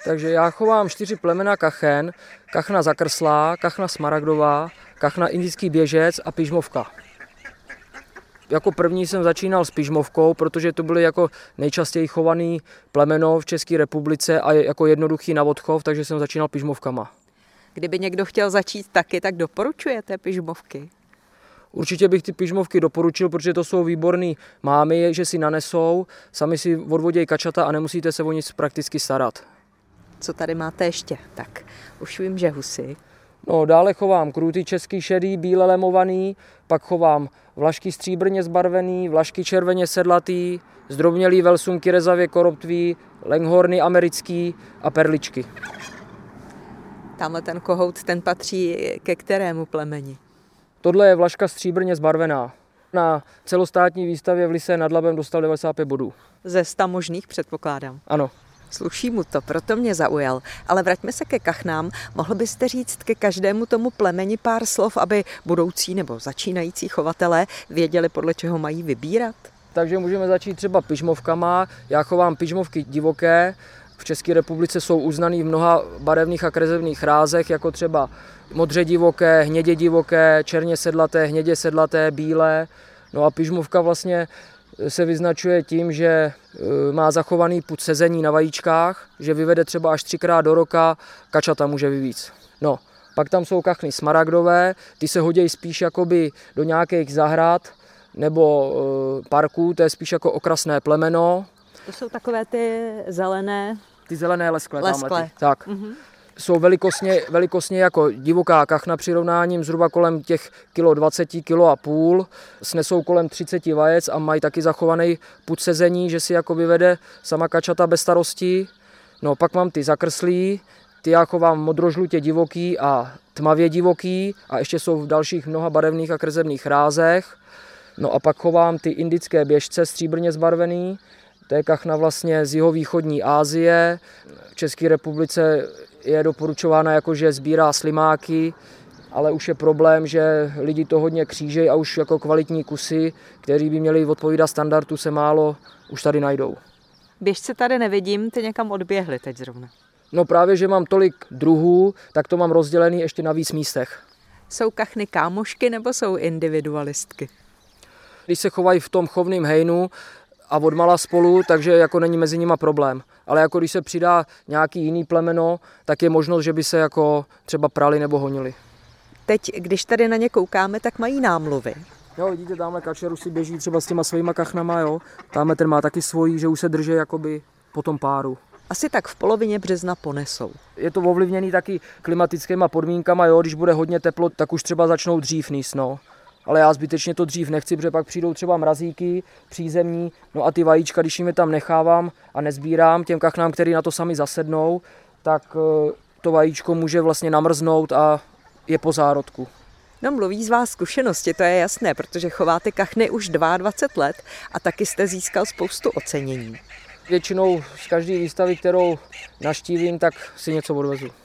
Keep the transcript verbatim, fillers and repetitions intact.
Takže já chovám čtyři plemena kachen, kachna zakrslá, kachna smaragdová, kachna indický běžec a pyžmovka. Jako první jsem začínal s pyžmovkou, protože to byly jako nejčastěji chovaný plemeno v České republice a jako jednoduchý na odchov, takže jsem začínal pyžmovkama. Kdyby někdo chtěl začít taky, tak doporučujete pyžmovky? Určitě bych ty pyžmovky doporučil, protože to jsou výborný mámy, že si nanesou, sami si odvodějí kačata a nemusíte se o nic prakticky starat. Co tady máte ještě? Tak, už vím, že husy. No, dále chovám krůty český šedý, bíle lemovaný, pak chovám vlašky stříbrně zbarvený, vlašky červeně sedlatý, zdrobnělý velsumky rezavě koroptví, lenghorny americký a perličky. Tamhle ten kohout, ten patří ke kterému plemeni? Tohle je vlaška stříbrně zbarvená. Na celostátní výstavě v Lysé nad Labem dostal devadesát pět bodů. Ze sta možných, předpokládám. Ano. Sluší mu to, proto mě zaujal. Ale vraťme se ke kachnám. Mohl byste říct ke každému tomu plemeni pár slov, aby budoucí nebo začínající chovatelé věděli, podle čeho mají vybírat? Takže můžeme začít třeba pyžmovkama. Já chovám pyžmovky divoké. V České republice jsou uznaný v mnoha barevných a kresebných rázech, jako třeba modře divoké, hnědě divoké, černě sedlaté, hnědě sedlaté, bílé. No a pyžmovka vlastně se vyznačuje tím, že má zachovaný pud sezení na vajíčkách, že vyvede třeba až třikrát do roka, kačata může vyvíct. No, pak tam jsou kachny smaragdové, ty se hodí spíš jakoby do nějakých zahrad nebo e, parků, to je spíš jako okrasné plemeno. To jsou takové ty zelené... Ty zelené lesklé. Lesklé. Tamhlety. Tak. Mm-hmm. Jsou velikostně, velikostně jako divoká kachna přirovnáním zhruba kolem těch kilo dvacet, kilo a půl. Snesou kolem třicet vajec a mají taky zachovaný pud sezení, že si jako vyvede sama kačata bez starosti. No pak mám ty zakrslí, ty já chovám modrožlutě divoký a tmavě divoký a ještě jsou v dalších mnoha barevných a kresebných rázech. No a pak chovám ty indické běžce stříbrně zbarvený. To je kachna vlastně z jihovýchodní Asie. V České republice je doporučována jako, že sbírá slimáky, ale už je problém, že lidi to hodně křížejí a už jako kvalitní kusy, které by měly odpovídat standardu, se málo už tady najdou. Běžce tady nevidím, ty někam odběhly teď zrovna. No právě, že mám tolik druhů, tak to mám rozdělený ještě na víc místech. Jsou kachny kámošky nebo jsou individualistky? Když se chovají v tom chovném hejnu a odmala spolu, takže jako není mezi nima problém. Ale jako když se přidá nějaký jiný plemeno, tak je možnost, že by se jako třeba prali nebo honili. Teď, když tady na ně koukáme, tak mají námluvy. Jo, vidíte, tamhle kačer už si běží třeba s těma svýma kachnama, jo. Tamhle ten má taky svojí, že už se drží jakoby po tom páru. Asi tak v polovině března ponesou. Je to ovlivněný taky klimatickými podmínkama, jo. Když bude hodně teplo, tak už třeba začnou dřív níst, no. Ale já zbytečně to dřív nechci, protože pak přijdou třeba mrazíky přízemní, no a ty vajíčka, když jim je tam nechávám a nezbírám těm kachnám, který na to sami zasednou, tak to vajíčko může vlastně namrznout a je po zárodku. No mluví z vás zkušenosti, to je jasné, protože chováte kachny už dvacet dva let a taky jste získal spoustu ocenění. Většinou z každé výstavy, kterou naštívím, tak si něco odvezu.